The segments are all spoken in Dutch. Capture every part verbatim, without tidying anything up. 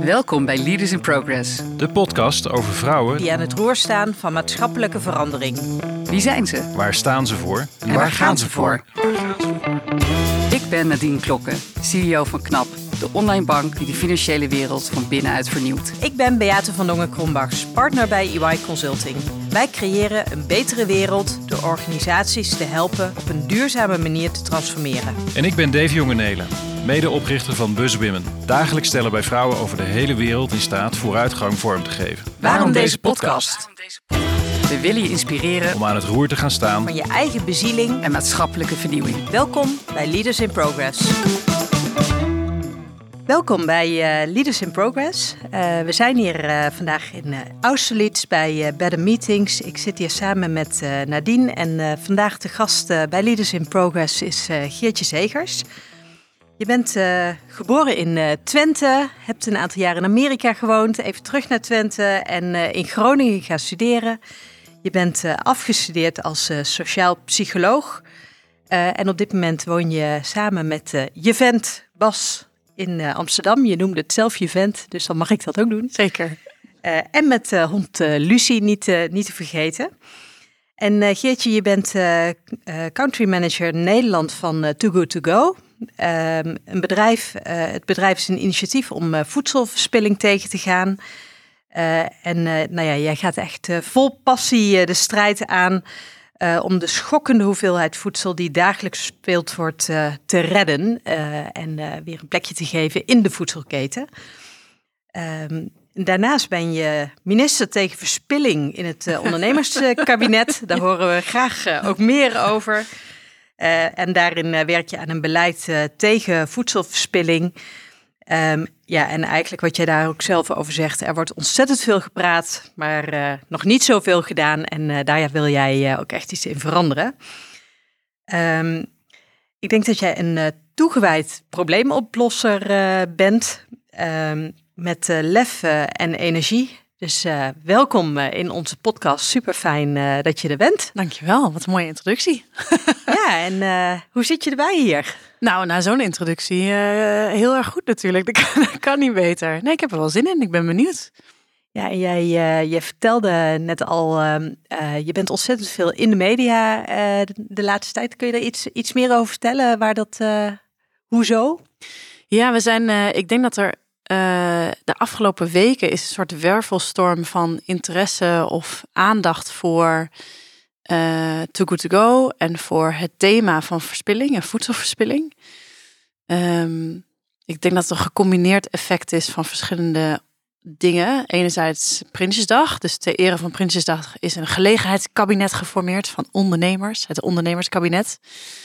Welkom bij Leaders in Progress. De podcast over vrouwen die aan het roer staan van maatschappelijke verandering. Wie zijn ze? Waar staan ze voor? En, en waar, waar gaan ze voor? Ik ben Nadine Klokke, C E O van KNAP, de online bank die de financiële wereld van binnenuit vernieuwt. Ik ben Beate van Dongen-Krombachs, partner bij E Y Consulting. Wij creëren een betere wereld door organisaties te helpen op een duurzame manier te transformeren. En ik ben Dave Jongenelen, medeoprichter van BuzzWomen. Dagelijks stellen wij vrouwen over de hele wereld in staat vooruitgang vorm te geven. Waarom deze podcast? We willen je inspireren om aan het roer te gaan staan van je eigen bezieling en maatschappelijke vernieuwing. Welkom bij Leaders in Progress. Welkom bij uh, Leaders in Progress. Uh, we zijn hier uh, vandaag in uh, Austerlitz bij uh, Better Meetings. Ik zit hier samen met uh, Nadine en uh, vandaag de gast uh, bij Leaders in Progress is uh, Geertje Zegers. Je bent uh, geboren in uh, Twente, hebt een aantal jaar in Amerika gewoond, even terug naar Twente en uh, in Groningen gaan studeren. Je bent uh, afgestudeerd als uh, sociaal psycholoog uh, en op dit moment woon je samen met uh, je vent Bas in uh, Amsterdam. Je noemde het zelf je vent, dus dan mag ik dat ook doen. Zeker. Uh, en met uh, hond uh, Lucie, niet, uh, niet te vergeten. En uh, Geertje, je bent uh, uh, country manager Nederland van uh, Too Good To Go. Uh, een bedrijf, uh, het bedrijf is een initiatief om uh, voedselverspilling tegen te gaan. Uh, en uh, nou ja, jij gaat echt uh, vol passie uh, de strijd aan uh, om de schokkende hoeveelheid voedsel die dagelijks verspeeld wordt uh, te redden. Uh, en uh, weer een plekje te geven in de voedselketen. Um, Daarnaast ben je minister tegen verspilling in het uh, ondernemerskabinet. Daar horen we graag uh, ook meer over. Uh, en daarin uh, werk je aan een beleid uh, tegen voedselverspilling. Um, ja, en eigenlijk wat jij daar ook zelf over zegt, er wordt ontzettend veel gepraat, maar uh, nog niet zoveel gedaan. En uh, daar wil jij uh, ook echt iets in veranderen. Um, ik denk dat jij een uh, toegewijd probleemoplosser uh, bent. Um, Met uh, lef uh, en energie. Dus uh, welkom uh, in onze podcast. Super fijn uh, dat je er bent. Dankjewel, wat een mooie introductie. Ja, en uh, hoe zit je erbij hier? Nou, na zo'n introductie uh, heel erg goed natuurlijk. Dat kan, dat kan niet beter. Nee, ik heb er wel zin in. Ik ben benieuwd. Ja, en jij uh, je vertelde net al, uh, uh, je bent ontzettend veel in de media uh, de, de laatste tijd. Kun je er iets, iets meer over vertellen? Waar dat, uh, hoezo? Ja, we zijn, uh, ik denk dat er Uh, de afgelopen weken is een soort wervelstorm van interesse of aandacht voor uh, Too Good To Go en voor het thema van verspilling en voedselverspilling. Um, ik denk dat het een gecombineerd effect is van verschillende dingen. Enerzijds Prinsjesdag, dus ter ere van Prinsjesdag is een gelegenheidskabinet geformeerd van ondernemers, het ondernemerskabinet.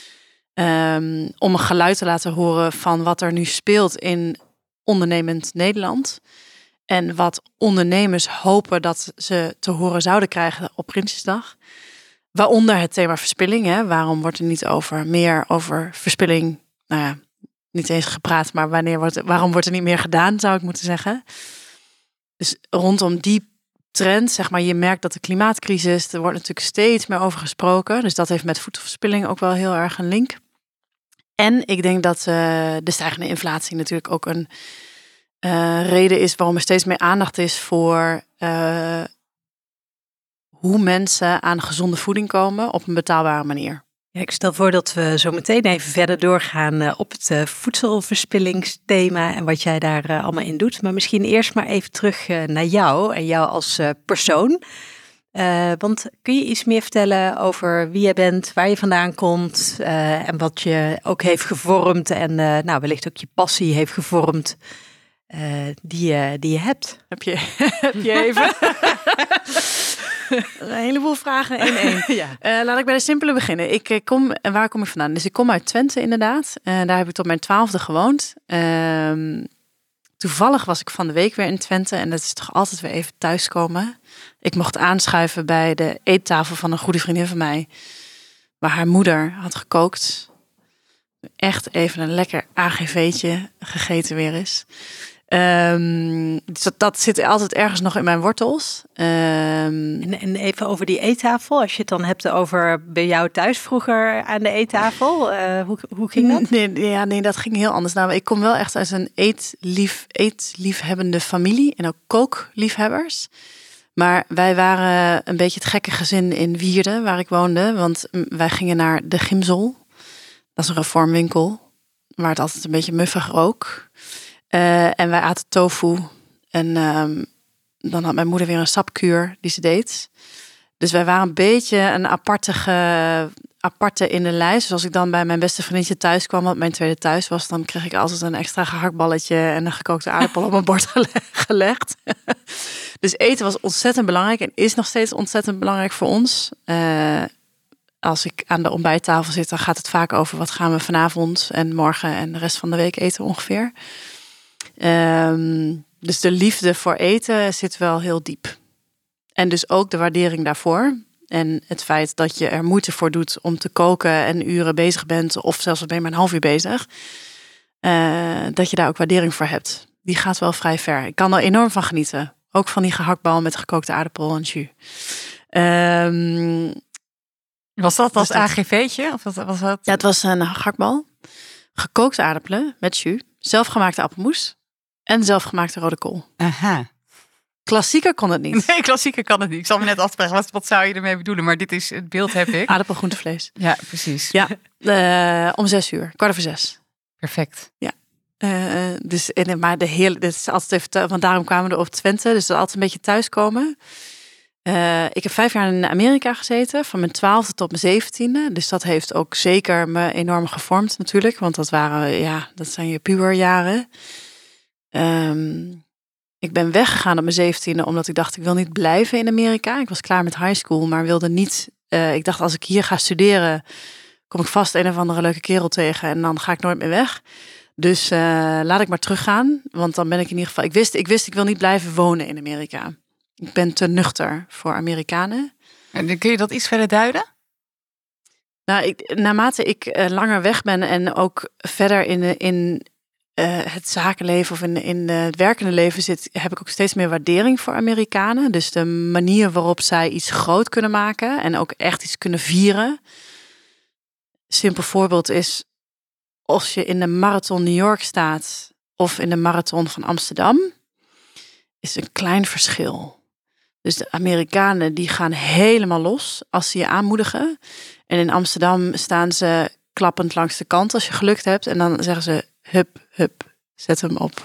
Um, om een geluid te laten horen van wat er nu speelt in ondernemend Nederland. En wat ondernemers hopen dat ze te horen zouden krijgen op Prinsjesdag. Waaronder het thema verspilling. Hè? Waarom wordt er niet over meer over verspilling, nou ja, niet eens gepraat, maar wanneer wordt, waarom wordt er niet meer gedaan, zou ik moeten zeggen. Dus rondom die trend, zeg maar, je merkt dat de klimaatcrisis, er wordt natuurlijk steeds meer over gesproken. Dus dat heeft met voedselverspilling ook wel heel erg een link. En ik denk dat uh, de stijgende inflatie natuurlijk ook een uh, reden is waarom er steeds meer aandacht is voor uh, hoe mensen aan gezonde voeding komen op een betaalbare manier. Ja, ik stel voor dat we zo meteen even verder doorgaan uh, op het uh, voedselverspillingsthema en wat jij daar uh, allemaal in doet. Maar misschien eerst maar even terug uh, naar jou en jou als uh, persoon. Uh, want kun je iets meer vertellen over wie je bent, waar je vandaan komt uh, en wat je ook heeft gevormd en uh, nou, wellicht ook je passie heeft gevormd uh, die, uh, die je hebt? Heb je, heb je even een heleboel vragen in één. Ja. Uh, laat ik bij de simpele beginnen. Ik uh, kom, en waar kom ik vandaan? Dus ik kom uit Twente inderdaad. Uh, daar heb ik tot mijn twaalfde gewoond. Uh, Toevallig was ik van de week weer in Twente en dat is toch altijd weer even thuiskomen. Ik mocht aanschuiven bij de eettafel van een goede vriendin van mij, waar haar moeder had gekookt. Echt even een lekker A G V'tje gegeten weer is. Um, dus dat, dat zit altijd ergens nog in mijn wortels. Um, en, en even over die eettafel. Als je het dan hebt over bij jou thuis vroeger aan de eettafel. Uh, hoe, hoe ging dat? Nee, ja, nee, dat ging heel anders. Nou, ik kom wel echt uit een eetlief, eetliefhebbende familie. En ook kookliefhebbers. Maar wij waren een beetje het gekke gezin in Wierden, waar ik woonde. Want wij gingen naar de Gimsel. Dat is een reformwinkel, waar het altijd een beetje muffig rook. Uh, en wij aten tofu. En um, dan had mijn moeder weer een sapkuur die ze deed. Dus wij waren een beetje een aparte, ge, aparte in de lijst. Dus als ik dan bij mijn beste vriendje thuis kwam, wat mijn tweede thuis was, dan kreeg ik altijd een extra gehaktballetje en een gekookte aardappel op mijn bord gelegd. Dus eten was ontzettend belangrijk en is nog steeds ontzettend belangrijk voor ons. Uh, als ik aan de ontbijttafel zit, dan gaat het vaak over wat gaan we vanavond en morgen en de rest van de week eten ongeveer. Um, dus de liefde voor eten zit wel heel diep. En dus ook de waardering daarvoor. En het feit dat je er moeite voor doet om te koken en uren bezig bent, of zelfs ben je maar een half uur bezig, uh, dat je daar ook waardering voor hebt. Die gaat wel vrij ver. Ik kan er enorm van genieten. Ook van die gehaktbal met gekookte aardappel en jus. Um, was dat als was dat... A G V'tje? Of was dat, was dat... Ja, het was een gehaktbal. Gekookte aardappelen met jus. Zelfgemaakte appelmoes. En zelfgemaakte rode kool. Aha. Klassieker kon het niet. Nee, klassieker kan het niet. Ik zal me net afvragen, wat, wat zou je ermee bedoelen? Maar dit is, het beeld heb ik. Aardappel, groente, vlees. Ja, precies. Ja, uh, om zes uur. Kwart over zes. Perfect. Ja. Uh, dus, en, maar de hele, dit is altijd even, te, want daarom kwamen we er op Twente. Dus dat altijd een beetje thuiskomen. Uh, ik heb vijf jaar in Amerika gezeten. Van mijn twaalfde tot mijn zeventiende. Dus dat heeft ook zeker me enorm gevormd natuurlijk. Want dat waren, ja, dat zijn je puberjaren. Um, ik ben weggegaan op mijn zeventiende omdat ik dacht ik wil niet blijven in Amerika. Ik was klaar met high school, maar wilde niet. Uh, ik dacht als ik hier ga studeren, kom ik vast een of andere leuke kerel tegen en dan ga ik nooit meer weg. Dus uh, laat ik maar teruggaan, want dan ben ik in ieder geval. Ik wist, ik wist ik wil niet blijven wonen in Amerika. Ik ben te nuchter voor Amerikanen. En kun je dat iets verder duiden? Nou, ik, naarmate ik uh, langer weg ben en ook verder in in Uh, het zakenleven of in, in uh, het werkende leven zit, heb ik ook steeds meer waardering voor Amerikanen. Dus de manier waarop zij iets groot kunnen maken en ook echt iets kunnen vieren. Simpel voorbeeld is, als je in de marathon New York staat of in de marathon van Amsterdam, is een klein verschil. Dus de Amerikanen die gaan helemaal los als ze je aanmoedigen. En in Amsterdam staan ze klappend langs de kant als je gelukt hebt. En dan zeggen ze, hup, hup, zet hem op.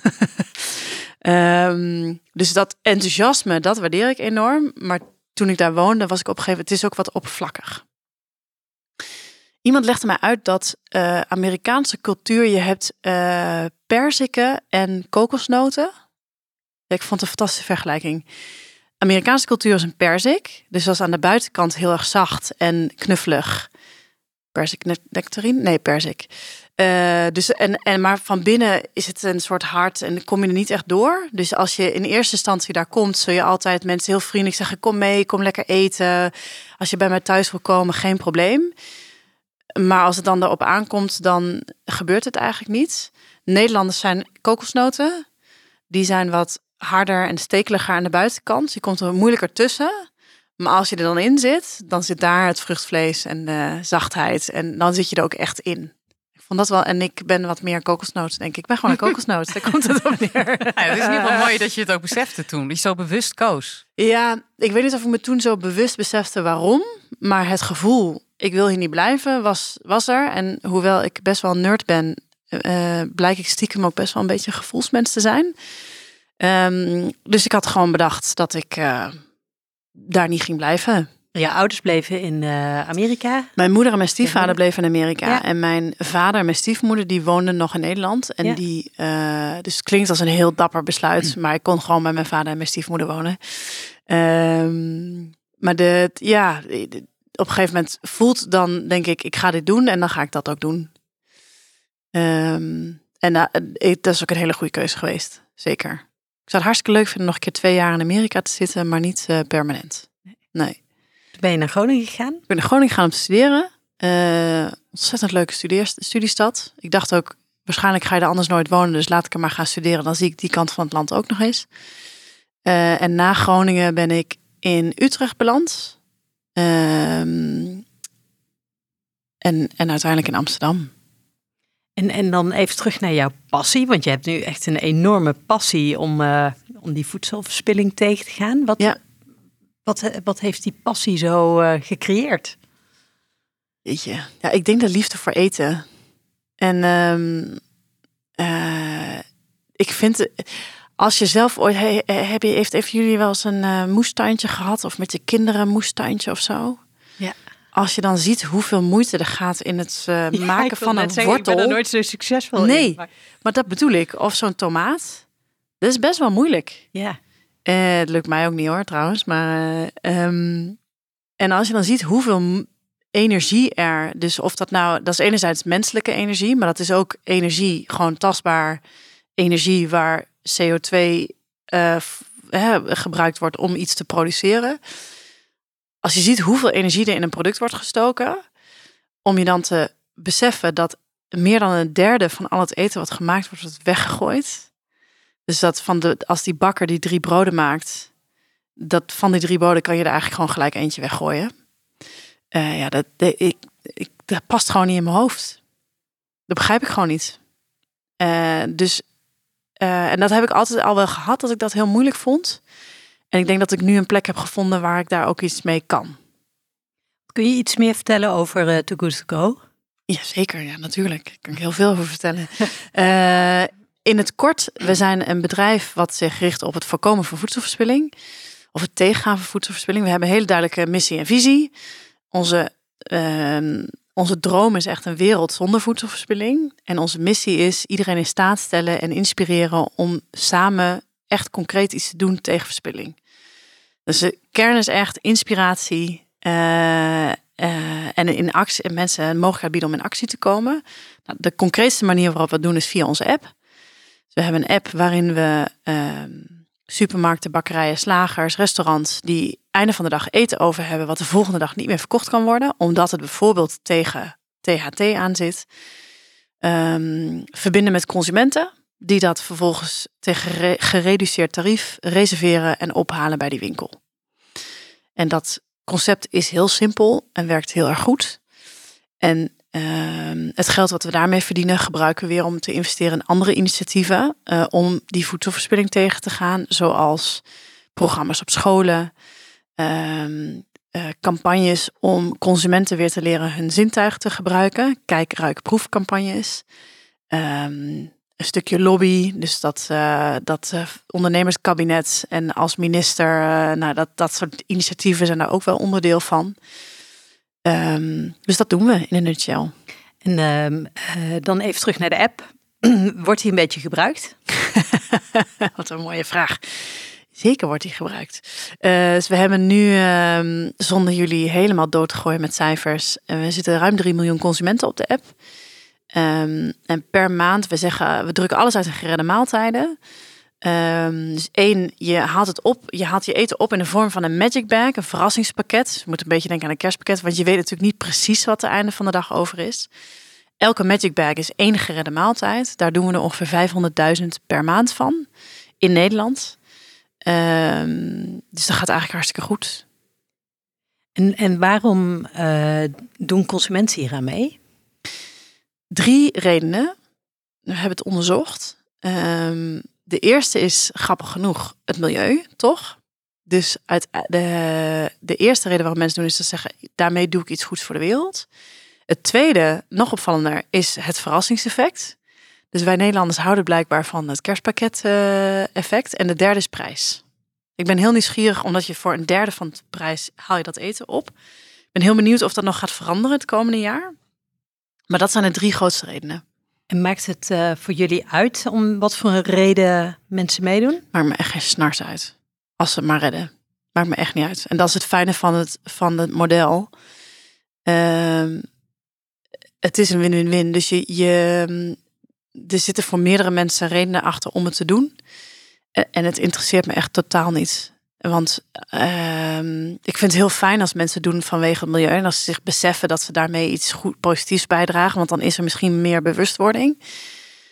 um, dus dat enthousiasme, dat waardeer ik enorm. Maar toen ik daar woonde, was ik op een gegeven moment, het is ook wat oppervlakkig. Iemand legde mij uit dat uh, Amerikaanse cultuur, je hebt uh, perziken en kokosnoten. Ja, ik vond het een fantastische vergelijking. Amerikaanse cultuur is een perzik. Dus dat is aan de buitenkant heel erg zacht en knuffelig. Perzik nectarine? Nee, perzik. Uh, dus en, en, maar van binnen is het een soort hart en kom je er niet echt door. Dus als je in eerste instantie daar komt, zul je altijd mensen heel vriendelijk zeggen, kom mee, kom lekker eten. Als je bij mij thuis wil komen, geen probleem. Maar als het dan erop aankomt, dan gebeurt het eigenlijk niet. Nederlanders zijn kokosnoten. Die zijn wat harder en stekeliger aan de buitenkant. Je komt er moeilijker tussen. Maar als je er dan in zit, dan zit daar het vruchtvlees en de zachtheid. En dan zit je er ook echt in. Ik vond dat wel, en ik ben wat meer kokosnoot, denk ik. Ik ben gewoon een kokosnoot, daar komt het op neer. Ja, het is in ieder geval mooi dat je het ook besefte toen. Dat je zo bewust koos. Ja, ik weet niet of ik me toen zo bewust besefte waarom. Maar het gevoel, ik wil hier niet blijven, was, was er. En hoewel ik best wel een nerd ben, uh, blijk ik stiekem ook best wel een beetje een gevoelsmens te zijn. Um, dus ik had gewoon bedacht dat ik uh, daar niet ging blijven. Je ouders bleven in uh, Amerika? Mijn moeder en mijn stiefvader bleven in Amerika. Ja. En mijn vader en mijn stiefmoeder die woonden nog in Nederland. En ja. die, uh, dus het klinkt als een heel dapper besluit. Maar ik kon gewoon bij mijn vader en mijn stiefmoeder wonen. Um, maar de, ja, de, op een gegeven moment voelt dan, denk ik, ik ga dit doen. En dan ga ik dat ook doen. Um, en uh, dat is ook een hele goede keuze geweest. Zeker. Ik zou het hartstikke leuk vinden nog een keer twee jaar in Amerika te zitten. Maar niet uh, permanent. Nee. Ben je naar Groningen gegaan? Ik ben naar Groningen gaan om te studeren. Uh, ontzettend leuke studeer, studiestad. Ik dacht ook, waarschijnlijk ga je er anders nooit wonen, dus laat ik er maar gaan studeren. Dan zie ik die kant van het land ook nog eens. Uh, en na Groningen ben ik in Utrecht beland. Um, en, en uiteindelijk in Amsterdam. En, en dan even terug naar jouw passie, want je hebt nu echt een enorme passie om, uh, om die voedselverspilling tegen te gaan. Wat, ja. wat, wat heeft die passie zo uh, gecreëerd? Weet je, ja, ik denk de liefde voor eten. En um, uh, ik vind, als je zelf ooit, he, heb je, heeft even jullie wel eens een uh, moestuintje gehad of met je kinderen een moestuintje of zo? Ja. Als je dan ziet hoeveel moeite er gaat in het uh, ja, maken van een zeggen, wortel. Ik ben er nooit zo succesvol nee, in. Maar... maar dat bedoel ik. Of zo'n tomaat. Dat is best wel moeilijk. Ja. Uh, het lukt mij ook niet hoor, trouwens. Maar, uh, um, en als je dan ziet hoeveel energie er... Dus of dat nou... Dat is enerzijds menselijke energie. Maar dat is ook energie, gewoon tastbaar energie... waar C O twee uh, uh, gebruikt wordt om iets te produceren... Als je ziet hoeveel energie er in een product wordt gestoken, om je dan te beseffen dat meer dan een derde van al het eten wat gemaakt wordt, wordt weggegooid. Dus dat van de, als die bakker die drie broden maakt, dat van die drie broden kan je er eigenlijk gewoon gelijk eentje weggooien. Uh, ja, dat, de, ik, ik, dat past gewoon niet in mijn hoofd. Dat begrijp ik gewoon niet. Uh, dus, uh, en dat heb ik altijd al wel gehad, dat ik dat heel moeilijk vond. En ik denk dat ik nu een plek heb gevonden waar ik daar ook iets mee kan. Kun je iets meer vertellen over uh, Too Good To Go? Ja, zeker. Ja, natuurlijk. Daar kan ik heel veel over vertellen. uh, in het kort, we zijn een bedrijf wat zich richt op het voorkomen van voedselverspilling. Of het tegengaan van voedselverspilling. We hebben een hele duidelijke missie en visie. Onze, uh, onze droom is echt een wereld zonder voedselverspilling. En onze missie is iedereen in staat stellen en inspireren om samen echt concreet iets te doen tegen verspilling. Dus de kern is echt inspiratie uh, uh, en in actie, en mensen een mogelijkheid bieden om in actie te komen. Nou, de concreetste manier waarop we het doen is via onze app. Dus we hebben een app waarin we uh, supermarkten, bakkerijen, slagers, restaurants die einde van de dag eten over hebben wat de volgende dag niet meer verkocht kan worden, omdat het bijvoorbeeld tegen T H T aan zit. Um, verbinden met consumenten. Die dat vervolgens tegen gereduceerd tarief reserveren en ophalen bij die winkel. En dat concept is heel simpel en werkt heel erg goed. En uh, het geld wat we daarmee verdienen gebruiken we weer om te investeren in andere initiatieven. Uh, om die voedselverspilling tegen te gaan. Zoals programma's op scholen. Uh, uh, campagnes om consumenten weer te leren hun zintuigen te gebruiken. Kijk, ruik, proefcampagnes. Um, Een stukje lobby, dus dat, uh, dat uh, ondernemerskabinet en als minister, uh, nou, dat, dat soort initiatieven zijn daar ook wel onderdeel van. Um, dus dat doen we in een nutshell. En uh, uh, dan even terug naar de app. Wordt die een beetje gebruikt? Wat een mooie vraag. Zeker wordt die gebruikt. Uh, dus we hebben nu, uh, zonder jullie helemaal dood te gooien met cijfers, uh, we zitten ruim drie miljoen consumenten op de app. Um, en per maand, we zeggen, we drukken alles uit in geredde maaltijden. Um, dus één, je haalt het op, je haalt je eten op in de vorm van een magic bag, een verrassingspakket. Dus je moet een beetje denken aan een kerstpakket, want je weet natuurlijk niet precies wat het einde van de dag over is. Elke magic bag is één geredde maaltijd. Daar doen we er ongeveer vijfhonderdduizend per maand van in Nederland. Um, dus dat gaat eigenlijk hartstikke goed. En, en waarom uh, doen consumenten hier aan mee? Drie redenen. We hebben het onderzocht. Um, de eerste is, grappig genoeg, het milieu, toch? Dus uit de, de eerste reden waarom mensen doen is te zeggen, daarmee doe ik iets goeds voor de wereld. Het tweede, nog opvallender, is het verrassingseffect. Dus wij Nederlanders houden blijkbaar van het kerstpakket uh, effect. En de derde is prijs. Ik ben heel nieuwsgierig, omdat je voor een derde van de prijs haal je dat eten op. Ik ben heel benieuwd of dat nog gaat veranderen het komende jaar. Maar dat zijn de drie grootste redenen. En maakt het uh, voor jullie uit om wat voor een reden mensen meedoen? Maakt me echt geen snars uit. Als ze het maar redden. Maakt me echt niet uit. En dat is het fijne van het, van het model. Uh, het is een win-win-win. Dus je, je, er zitten voor meerdere mensen redenen achter om het te doen. En het interesseert me echt totaal niet. Want uh, ik vind het heel fijn als mensen doen vanwege het milieu. En als ze zich beseffen dat ze daarmee iets goed positiefs bijdragen. Want dan is er misschien meer bewustwording.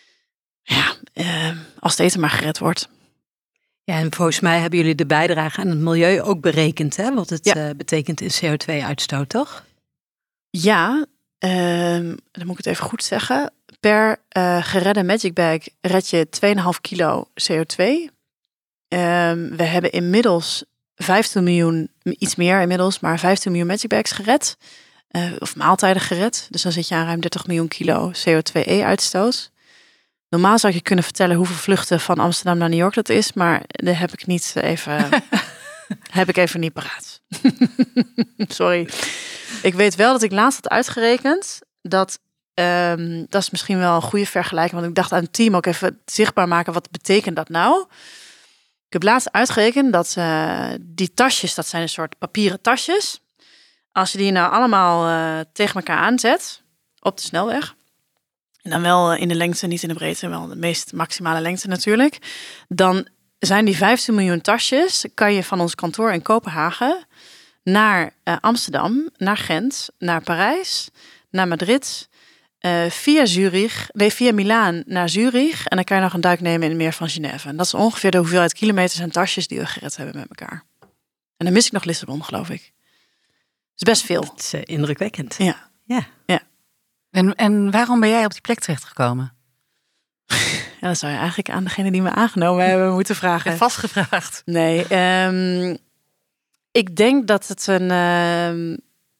ja, uh, als het eten maar gered wordt. Ja, en volgens mij hebben jullie de bijdrage aan het milieu ook berekend, hè? Wat het ja. uh, betekent in C O twee uitstoot, toch? Ja, uh, dan moet ik het even goed zeggen. Per uh, geredde Magic Bag red je twee komma vijf kilo C O twee. Uh, we hebben inmiddels vijftien miljoen, iets meer inmiddels, maar vijftien miljoen Magic Bags gered. Uh, of maaltijden gered. Dus dan zit je aan ruim dertig miljoen kilo C O twee E uitstoot. Normaal zou ik je kunnen vertellen hoeveel vluchten van Amsterdam naar New York dat is, maar dat heb ik niet even, heb ik even niet paraat. Sorry. Ik weet wel dat ik laatst had uitgerekend dat, um, dat is misschien wel een goede vergelijking, want ik dacht aan het team ook even zichtbaar maken, wat betekent dat nou? Ik heb laatst uitgerekend dat uh, die tasjes, dat zijn een soort papieren tasjes. Als je die nou allemaal uh, tegen elkaar aanzet op de snelweg, en dan wel in de lengte, niet in de breedte, wel de meest maximale lengte natuurlijk, dan zijn die vijftien miljoen tasjes, kan je van ons kantoor in Kopenhagen naar uh, Amsterdam, naar Gent, naar Parijs, naar Madrid, uh, via Zurich, nee, via Milaan naar Zurich, en dan kan je nog een duik nemen in het meer van Genève. En dat is ongeveer de hoeveelheid kilometers en tasjes die we gered hebben met elkaar. En dan mis ik nog Lissabon, geloof ik. Dat is best veel. Dat is uh, indrukwekkend. Ja. Ja. Ja. En, en waarom ben jij op die plek terechtgekomen? Ja, dat zou je eigenlijk aan degene die me aangenomen hebben moeten vragen. Ik heb vastgevraagd. Nee, um, ik denk dat het een... Uh,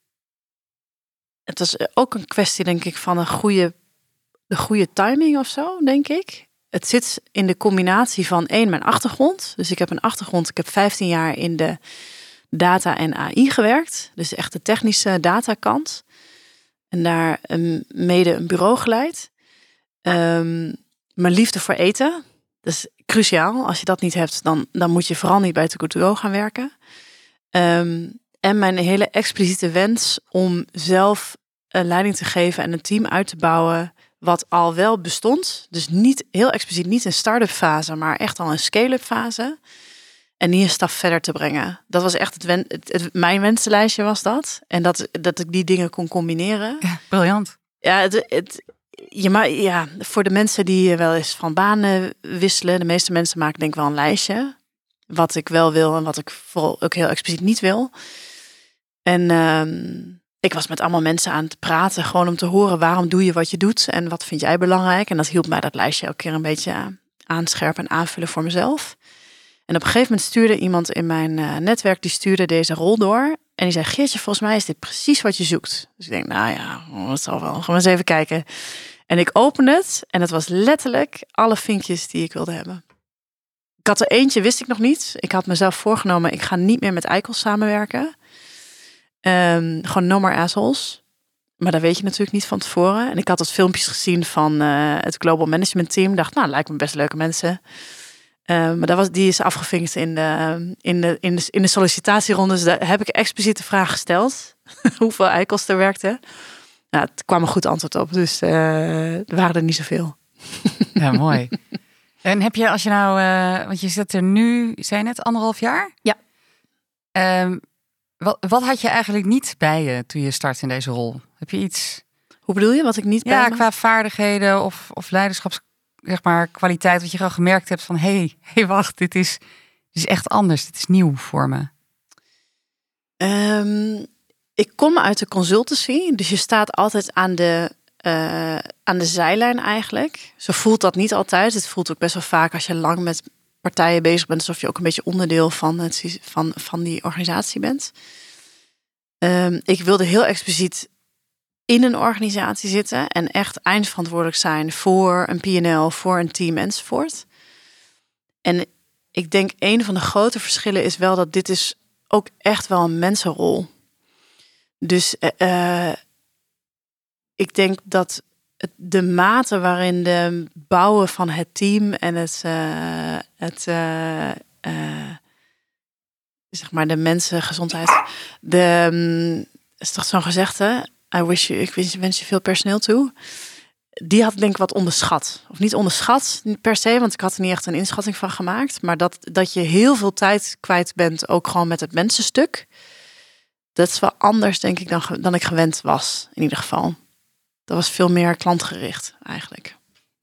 het was ook een kwestie, denk ik, van een goede, de goede timing of zo, denk ik. Het zit in de combinatie van één, mijn achtergrond. Dus ik heb een achtergrond, ik heb vijftien jaar in de data en A I gewerkt. Dus echt de technische datakant. En daar um, mede een bureau geleid. Um, mijn liefde voor eten. Dat is cruciaal. Als je dat niet hebt, dan, dan moet je vooral niet bij Too Good To Go gaan werken. Um, en mijn hele expliciete wens om zelf een leiding te geven en een team uit te bouwen wat al wel bestond. Dus niet heel expliciet, niet een start-up fase, maar echt al een scale-up fase. En die een stap verder te brengen. Dat was echt het, wen, het, het mijn wensenlijstje was dat. En dat, dat ik die dingen kon combineren. Ja, briljant. Ja, het, het, je ma- ja, voor de mensen die wel eens van banen wisselen. De meeste mensen maken denk ik wel een lijstje. Wat ik wel wil en wat ik vooral ook heel expliciet niet wil. En um, ik was met allemaal mensen aan het praten. Gewoon om te horen waarom doe je wat je doet. En wat vind jij belangrijk. En dat hielp mij dat lijstje elke keer een beetje aanscherpen en aanvullen voor mezelf. En op een gegeven moment stuurde iemand in mijn uh, netwerk, die stuurde deze rol door. En die zei, Geertje, volgens mij is dit precies wat je zoekt. Dus ik denk, nou ja, dat zal wel. Gaan we eens even kijken. En ik open het en het was letterlijk alle vinkjes die ik wilde hebben. Ik had er eentje, wist ik nog niet. Ik had mezelf voorgenomen, ik ga niet meer met eikels samenwerken. Um, gewoon no more assholes. Maar dat weet je natuurlijk niet van tevoren. En ik had wat filmpjes gezien van uh, het Global Management Team. Dacht, nou, lijkt me best leuke mensen. Uh, maar dat was, die is afgevinkt in de, in de, in de, in de sollicitatieronde. Dus daar heb ik expliciet de vraag gesteld. Hoeveel eikels er werkten. Nou, het kwam een goed antwoord op. Dus uh, er waren er niet zoveel. Ja, mooi. En heb je, als je nou... Uh, want je zit er nu, zei je net, anderhalf jaar? Ja. Um, wat, wat had je eigenlijk niet bij je toen je startte in deze rol? Heb je iets... Hoe bedoel je? Wat ik niet bij Ja, me? qua vaardigheden of, of leiderschaps... zeg maar, kwaliteit, wat je al gemerkt hebt van... hé, hey, hey, wacht, dit is, dit is echt anders. Dit is nieuw voor me. Um, ik kom uit de consultancy. Dus je staat altijd aan de, uh, aan de zijlijn eigenlijk. Zo voelt dat niet altijd. Het voelt ook best wel vaak als je lang met partijen bezig bent... alsof je ook een beetje onderdeel van, het, van, van die organisatie bent. Um, ik wilde heel expliciet in een organisatie zitten en echt eindverantwoordelijk zijn voor een P en L, voor een team enzovoort. En ik denk een van de grote verschillen is wel dat dit is ook echt wel een mensenrol. Dus uh, ik denk dat het, de mate waarin de bouwen van het team en het, uh, het uh, uh, zeg maar de mensengezondheid, de um, is toch zo'n gezegde? I wish you, ik wens je veel personeel toe. Die had denk ik wat onderschat. Of niet onderschat niet per se, want ik had er niet echt een inschatting van gemaakt. Maar dat, dat je heel veel tijd kwijt bent, ook gewoon met het mensenstuk. Dat is wel anders, denk ik, dan, dan ik gewend was, in ieder geval. Dat was veel meer klantgericht, eigenlijk.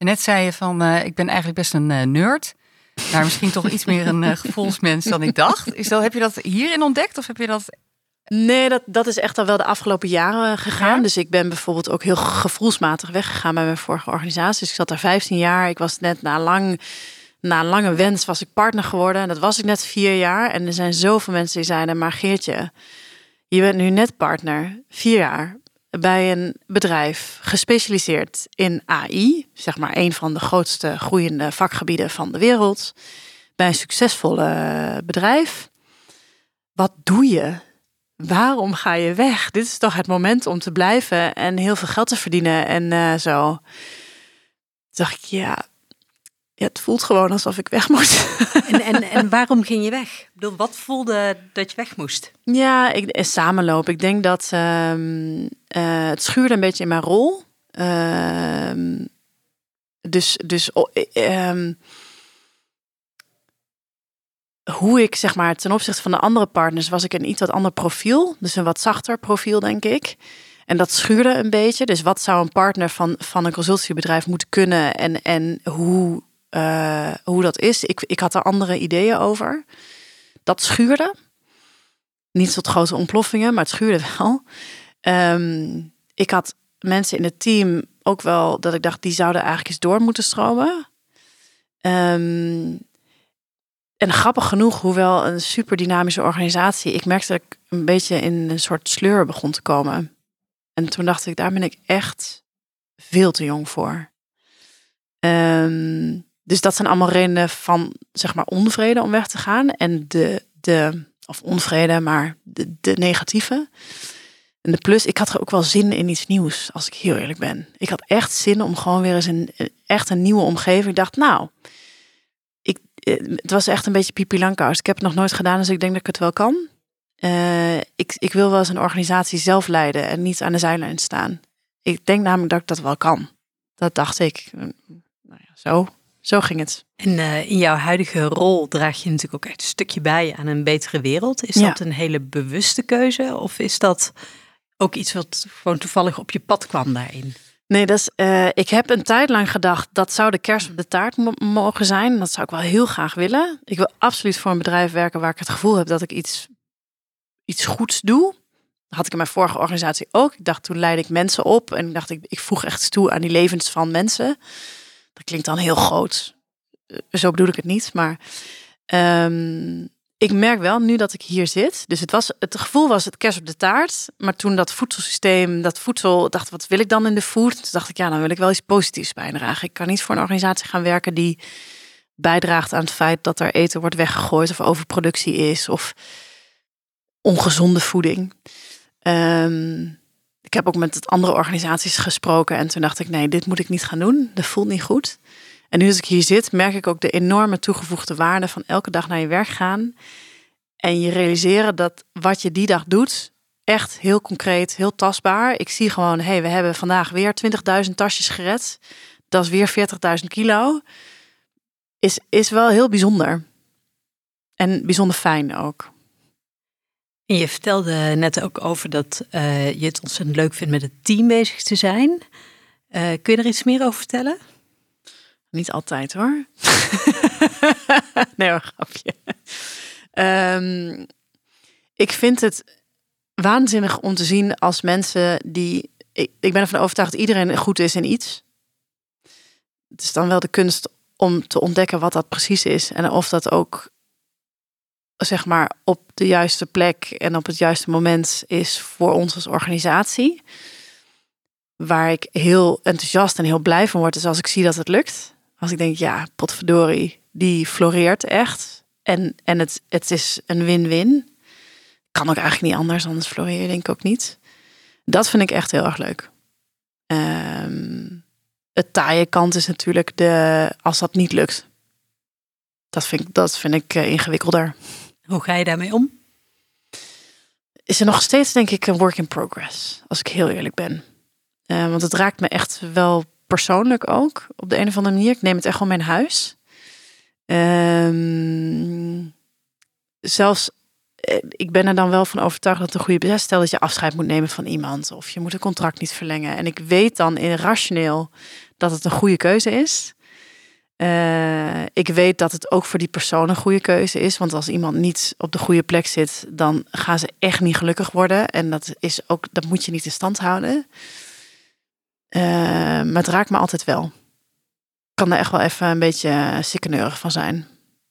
En net zei je van, uh, ik ben eigenlijk best een uh, nerd. Maar misschien toch iets meer een uh, gevoelsmens dan ik dacht. Is dat, heb je dat hierin ontdekt of heb je dat... Nee, dat, dat is echt al wel de afgelopen jaren gegaan. Ja? Dus ik ben bijvoorbeeld ook heel gevoelsmatig weggegaan bij mijn vorige organisatie. Dus ik zat daar vijftien jaar. Ik was net na, lang, na een lange wens was ik partner geworden. En dat was ik net vier jaar. En er zijn zoveel mensen die zeiden, maar Geertje, je bent nu net partner, vier jaar, bij een bedrijf gespecialiseerd in A I. Zeg maar een van de grootste groeiende vakgebieden van de wereld. Bij een succesvolle bedrijf. Wat doe je? Waarom ga je weg? Dit is toch het moment om te blijven en heel veel geld te verdienen en uh, zo. Toen dacht ik, ja, ja, het voelt gewoon alsof ik weg moest. En, en, en waarom ging je weg? Ik bedoel, wat voelde dat je weg moest? Ja, ik, samenloop. Ik denk dat um, uh, het schuurde een beetje in mijn rol. Uh, dus dus um, hoe ik, zeg maar, ten opzichte van de andere partners was ik een iets wat ander profiel. Dus een wat zachter profiel, denk ik. En dat schuurde een beetje. Dus wat zou een partner van, van een consultiebedrijf moeten kunnen en, en hoe, uh, hoe dat is. Ik, ik had er andere ideeën over. Dat schuurde. Niet tot grote ontploffingen, maar het schuurde wel. Um, ik had mensen in het team ook wel dat ik dacht, die zouden eigenlijk eens door moeten stromen. Um, En grappig genoeg, hoewel een super dynamische organisatie, ik merkte dat ik een beetje in een soort sleur begon te komen. En toen dacht ik, daar ben ik echt veel te jong voor. Um, dus dat zijn allemaal redenen van, zeg maar, onvrede om weg te gaan. En de, de of onvrede, maar de, de negatieve. En de plus, ik had er ook wel zin in iets nieuws, als ik heel eerlijk ben. Ik had echt zin om gewoon weer eens een, echt een nieuwe omgeving. Ik dacht, nou... Het was echt een beetje Pipi Langkous. Ik heb het nog nooit gedaan, dus ik denk dat ik het wel kan. Uh, ik, ik wil wel eens een organisatie zelf leiden en niet aan de zijlijn staan. Ik denk namelijk dat ik dat wel kan. Dat dacht ik. Nou ja, zo, zo ging het. En uh, in jouw huidige rol draag je natuurlijk ook echt een stukje bij aan een betere wereld. Is Ja. dat een hele bewuste keuze? Of is dat ook iets wat gewoon toevallig op je pad kwam daarin? Nee, dat is, uh, ik heb een tijd lang gedacht, dat zou de kers op de taart mo- mogen zijn. Dat zou ik wel heel graag willen. Ik wil absoluut voor een bedrijf werken waar ik het gevoel heb dat ik iets, iets goeds doe. Dat had ik in mijn vorige organisatie ook. Ik dacht, toen leidde ik mensen op en ik dacht, ik, ik voeg echt toe aan die levens van mensen. Dat klinkt dan heel groot. Uh, zo bedoel ik het niet, maar... Um, ik merk wel nu dat ik hier zit. Dus het, was, het gevoel was het kers op de taart. Maar toen dat voedselsysteem, dat voedsel, dacht wat wil ik dan in de food? Toen dacht ik, ja, dan wil ik wel iets positiefs bijdragen. Ik kan niet voor een organisatie gaan werken die bijdraagt aan het feit dat er eten wordt weggegooid of overproductie is of ongezonde voeding. Um, ik heb ook met andere organisaties gesproken en toen dacht ik, nee, dit moet ik niet gaan doen. Dat voelt niet goed. En nu als ik hier zit, merk ik ook de enorme toegevoegde waarde van elke dag naar je werk gaan. En je realiseren dat wat je die dag doet, echt heel concreet, heel tastbaar. Ik zie gewoon, hé, hey, we hebben vandaag weer twintigduizend tasjes gered. Dat is weer veertigduizend kilo. Is, is wel heel bijzonder. En bijzonder fijn ook. En je vertelde net ook over dat uh, je het ontzettend leuk vindt met het team bezig te zijn. Uh, kun je er iets meer over vertellen? Niet altijd hoor. Nee hoor, grapje. Um, ik vind het waanzinnig om te zien als mensen die... Ik, ik ben ervan overtuigd dat iedereen goed is in iets. Het is dan wel de kunst om te ontdekken wat dat precies is. En of dat ook, zeg maar, op de juiste plek en op het juiste moment is voor ons als organisatie. Waar ik heel enthousiast en heel blij van word, is als ik zie dat het lukt. Als ik denk, ja, potverdorie, die floreert echt. En, en het, het is een win-win. Kan ook eigenlijk niet anders, anders floreer je denk ik ook niet. Dat vind ik echt heel erg leuk. Um, het taaie kant is natuurlijk de, als dat niet lukt. Dat vind ik, dat vind ik uh, ingewikkelder. Hoe ga je daarmee om? Is er nog steeds denk ik een work in progress, als ik heel eerlijk ben. Uh, want het raakt me echt wel persoonlijk ook, op de een of andere manier. Ik neem het echt wel mijn huis. Um, zelfs, ik ben er dan wel van overtuigd dat het een goede beslissing is. Stel dat je afscheid moet nemen van iemand of je moet een contract niet verlengen. En ik weet dan in rationeel dat het een goede keuze is. Uh, ik weet dat het ook voor die persoon een goede keuze is. Want als iemand niet op de goede plek zit, dan gaan ze echt niet gelukkig worden. En dat is ook, dat moet je niet in stand houden. Uh, maar het raakt me altijd wel. Ik kan er echt wel even een beetje sikkeneurig van zijn.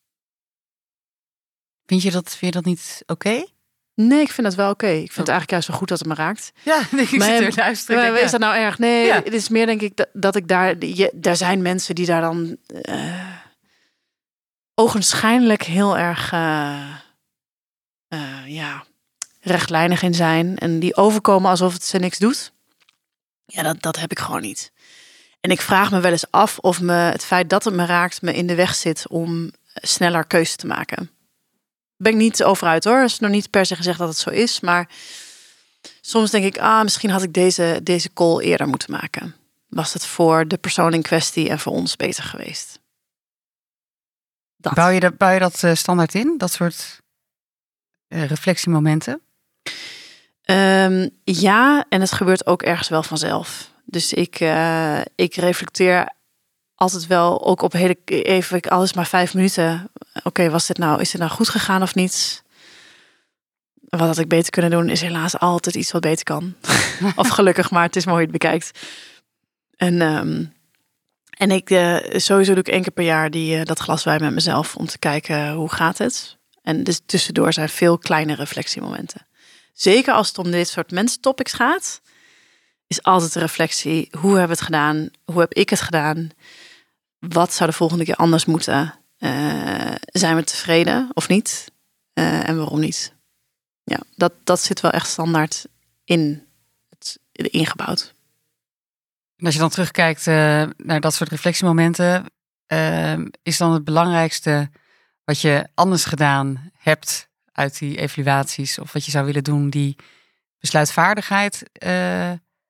Vind je dat, vind je dat niet oké? Okay? Nee, ik vind dat wel oké. Okay. Ik vind oh. het eigenlijk juist zo goed dat het me raakt. Ja, ik zit er luisteren. Maar is dat nou erg? Nee, ja. Het is meer denk ik dat, dat ik daar... Je, er zijn mensen die daar dan uh, ogenschijnlijk heel erg uh, uh, ja, rechtlijnig in zijn. En die overkomen alsof het ze niks doet. Ja, dat, dat heb ik gewoon niet. En ik vraag me wel eens af of me het feit dat het me raakt me in de weg zit om sneller keuze te maken. Ben ik niet over uit hoor. Het is nog niet per se gezegd dat het zo is. Maar soms denk ik, ah, misschien had ik deze, deze call eerder moeten maken. Was het voor de persoon in kwestie en voor ons beter geweest? Dat. Bouw je dat, bouw je dat uh, standaard in? Dat soort uh, reflectiemomenten? Um, ja, en het gebeurt ook ergens wel vanzelf. Dus ik, uh, ik reflecteer altijd wel ook op hele even alles maar vijf minuten. Oké, okay, was dit nou, is dit nou goed gegaan of niet? Wat had ik beter kunnen doen, is helaas altijd iets wat beter kan. Of gelukkig, maar het is mooi hoe je het bekijkt. En, um, en ik uh, sowieso doe ik één keer per jaar die, uh, dat glas wijn met mezelf om te kijken hoe gaat het. En dus tussendoor zijn veel kleine reflectiemomenten. Zeker als het om dit soort mensentopics gaat, is altijd de reflectie. Hoe hebben we het gedaan? Hoe heb ik het gedaan? Wat zou de volgende keer anders moeten? Uh, zijn we tevreden of niet? Uh, en waarom niet? Ja, dat, dat zit wel echt standaard in het ingebouwd. En als je dan terugkijkt uh, naar dat soort reflectiemomenten, uh, is dan het belangrijkste wat je anders gedaan hebt uit die evaluaties, of wat je zou willen doen, die besluitvaardigheid uh,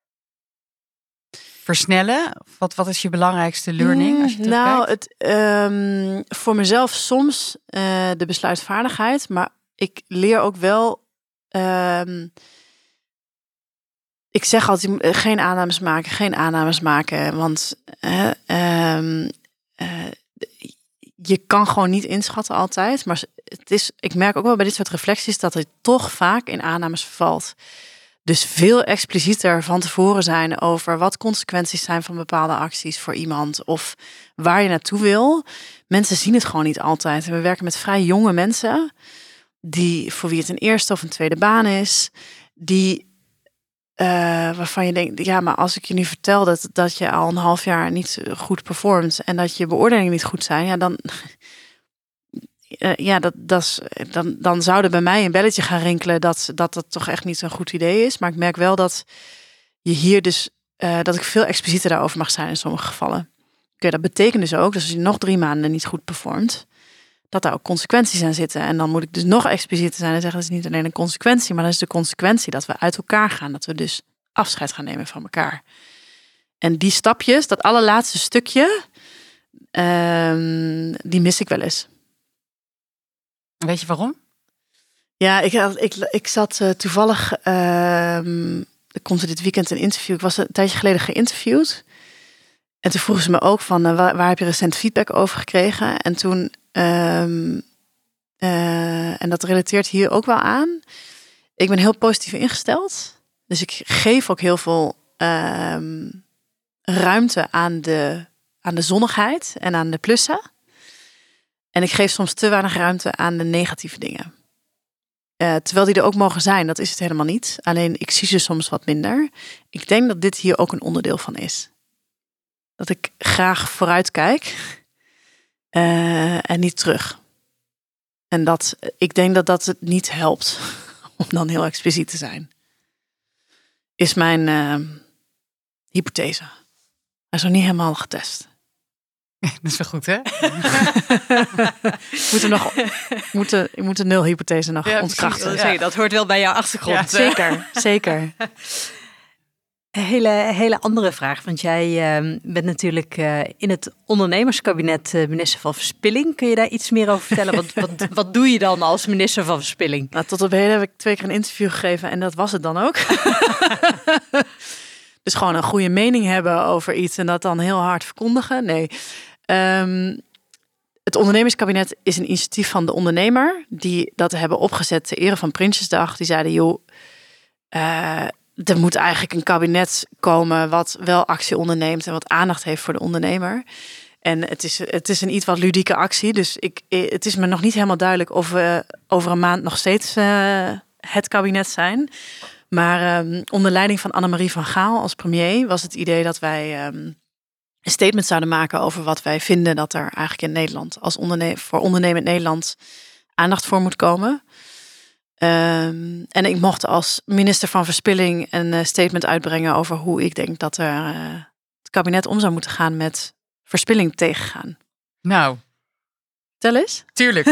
versnellen? Wat, wat is je belangrijkste learning als je terugkijkt? Nou, het, um, voor mezelf soms uh, de besluitvaardigheid, maar ik leer ook wel. Um, ik zeg altijd geen aannames maken, geen aannames maken, want uh, um, uh, je kan gewoon niet inschatten altijd. Maar het is, ik merk ook wel bij dit soort reflecties dat het toch vaak in aannames vervalt. Dus veel explicieter van tevoren zijn over wat consequenties zijn van bepaalde acties voor iemand of waar je naartoe wil. Mensen zien het gewoon niet altijd. We werken met vrij jonge mensen die voor wie het een eerste of een tweede baan is, die uh, waarvan je denkt, ja, maar als ik je nu vertel dat, dat je al een half jaar niet goed performt en dat je beoordelingen niet goed zijn, ja, dan, uh, ja, dat, dat is, dan, dan zou er bij mij een belletje gaan rinkelen dat, dat dat toch echt niet zo'n goed idee is. Maar ik merk wel dat je hier dus, uh, dat ik veel explicieter daarover mag zijn in sommige gevallen. Okay, dat betekent dus ook dat als je nog drie maanden niet goed performt, dat daar ook consequenties aan zitten. En dan moet ik dus nog explicieter zijn en zeggen, dat is niet alleen een consequentie, maar dat is de consequentie dat we uit elkaar gaan. Dat we dus afscheid gaan nemen van elkaar. En die stapjes, dat allerlaatste stukje, um, die mis ik wel eens. Weet je waarom? Ja, ik, ik, ik zat uh, toevallig, uh, er komt er dit weekend een interview. Ik was een tijdje geleden geïnterviewd. En toen vroegen ze me ook van, uh, waar, waar heb je recent feedback over gekregen? En toen, um, uh, en dat relateert hier ook wel aan. Ik ben heel positief ingesteld. Dus ik geef ook heel veel um, ruimte aan de, aan de zonnigheid en aan de plussen. En ik geef soms te weinig ruimte aan de negatieve dingen. Uh, terwijl die er ook mogen zijn, dat is het helemaal niet. Alleen ik zie ze soms wat minder. Ik denk dat dit hier ook een onderdeel van is. Dat ik graag vooruit kijk uh, en niet terug. En dat ik denk dat dat het niet helpt om dan heel expliciet te zijn. Is mijn uh, hypothese. Hij is nog niet helemaal getest. Dat is wel goed, hè? moeten nog, moeten, moet de nulhypothese nog ja, ontkrachten. Ja. Dat hoort wel bij jouw achtergrond. Ja, zeker, zeker. Een hele, hele andere vraag, want jij uh, bent natuurlijk uh, in het ondernemerskabinet uh, minister van Verspilling. Kun je daar iets meer over vertellen? Wat, wat, wat doe je dan als minister van Verspilling? Nou, tot op heden heb ik twee keer een interview gegeven en dat was het dan ook. Dus gewoon een goede mening hebben over iets en dat dan heel hard verkondigen. Nee. Um, het ondernemerskabinet is een initiatief van de ondernemer die dat hebben opgezet ter ere van Prinsjesdag. Die zeiden, joh, uh, er moet eigenlijk een kabinet komen wat wel actie onderneemt en wat aandacht heeft voor de ondernemer. En het is, het is een iets wat ludieke actie. Dus ik, het is me nog niet helemaal duidelijk of we over een maand nog steeds uh, het kabinet zijn. Maar um, onder leiding van Annemarie van Gaal als premier was het idee dat wij um, een statement zouden maken over wat wij vinden dat er eigenlijk in Nederland als onderne- voor ondernemend Nederland aandacht voor moet komen. Um, en ik mocht als minister van Verspilling een uh, statement uitbrengen over hoe ik denk dat er uh, het kabinet om zou moeten gaan met verspilling tegengaan. Nou, tel eens. Tuurlijk.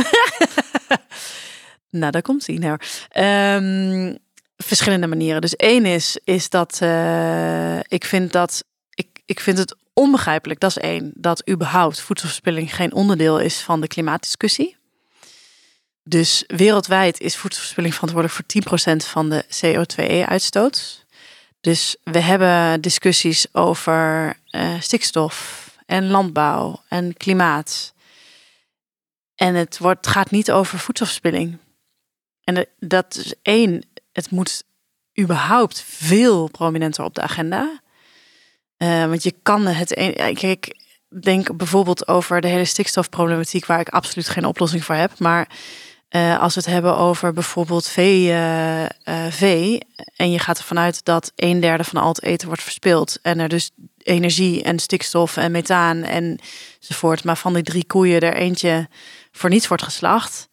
Nou, daar komt ie. Nou, um, verschillende manieren. Dus één is, is dat uh, ik vind dat ik, ik vind het onbegrijpelijk. Dat is één. Dat überhaupt voedselverspilling geen onderdeel is van de klimaatdiscussie. Dus wereldwijd is voedselverspilling verantwoordelijk voor tien procent van de C O twee uitstoot. Dus we hebben discussies over uh, stikstof en landbouw en klimaat. En het wordt, gaat niet over voedselverspilling. En dat is één, het moet überhaupt veel prominenter op de agenda. Uh, want je kan het... Een, kijk, denk bijvoorbeeld over de hele stikstofproblematiek, waar ik absoluut geen oplossing voor heb. Maar uh, als we het hebben over bijvoorbeeld vee, uh, uh, vee, en je gaat ervan uit dat een derde van al het eten wordt verspild, en er dus energie en stikstof en methaan enzovoort, maar van die drie koeien er eentje voor niets wordt geslacht.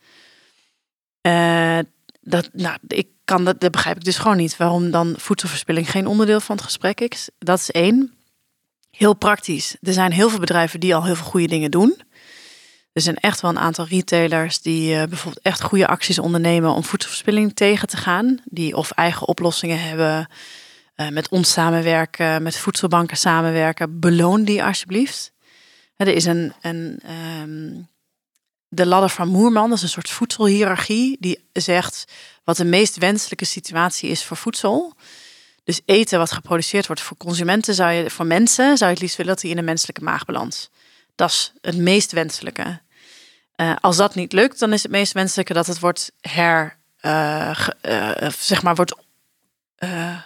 Uh, dat, nou, ik kan dat, dat begrijp ik dus gewoon niet. Waarom dan voedselverspilling geen onderdeel van het gesprek is. Dat is één. Heel praktisch. Er zijn heel veel bedrijven die al heel veel goede dingen doen. Er zijn echt wel een aantal retailers die uh, bijvoorbeeld echt goede acties ondernemen om voedselverspilling tegen te gaan. Die of eigen oplossingen hebben, uh, met ons samenwerken, met voedselbanken samenwerken. Beloon die alsjeblieft. Er is een, een um, de ladder van Moerman, dat is een soort voedselhiërarchie, die zegt wat de meest wenselijke situatie is voor voedsel. Dus eten wat geproduceerd wordt voor consumenten, zou je, voor mensen, zou je het liefst willen dat die in een menselijke maag belandt. Dat is het meest wenselijke. Uh, als dat niet lukt, dan is het meest wenselijke dat het wordt her, uh, ge, uh, zeg maar, wordt uh,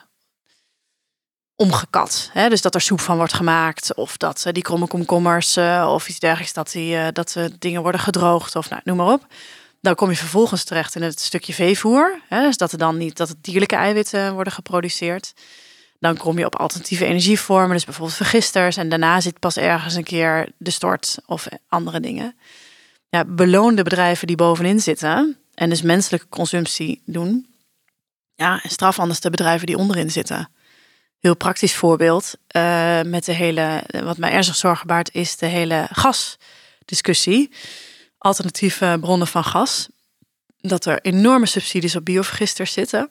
omgekat. Hè? Dus dat er soep van wordt gemaakt, of dat uh, die kromme komkommers uh, of iets dergelijks, dat die uh, dat uh, dingen worden gedroogd, of nou, noem maar op. Dan kom je vervolgens terecht in het stukje veevoer. Hè? Dus dat er dan niet dat het dierlijke eiwitten worden geproduceerd. Dan kom je op alternatieve energievormen, dus bijvoorbeeld vergisters. En daarna zit pas ergens een keer de stort of andere dingen. Ja, beloon de bedrijven die bovenin zitten en dus menselijke consumptie doen. Ja, en straf anders de bedrijven die onderin zitten. Heel praktisch voorbeeld uh, met de hele, wat mij ernstig zorgen baart, is de hele gasdiscussie. Alternatieve bronnen van gas. Dat er enorme subsidies op biovergisters zitten.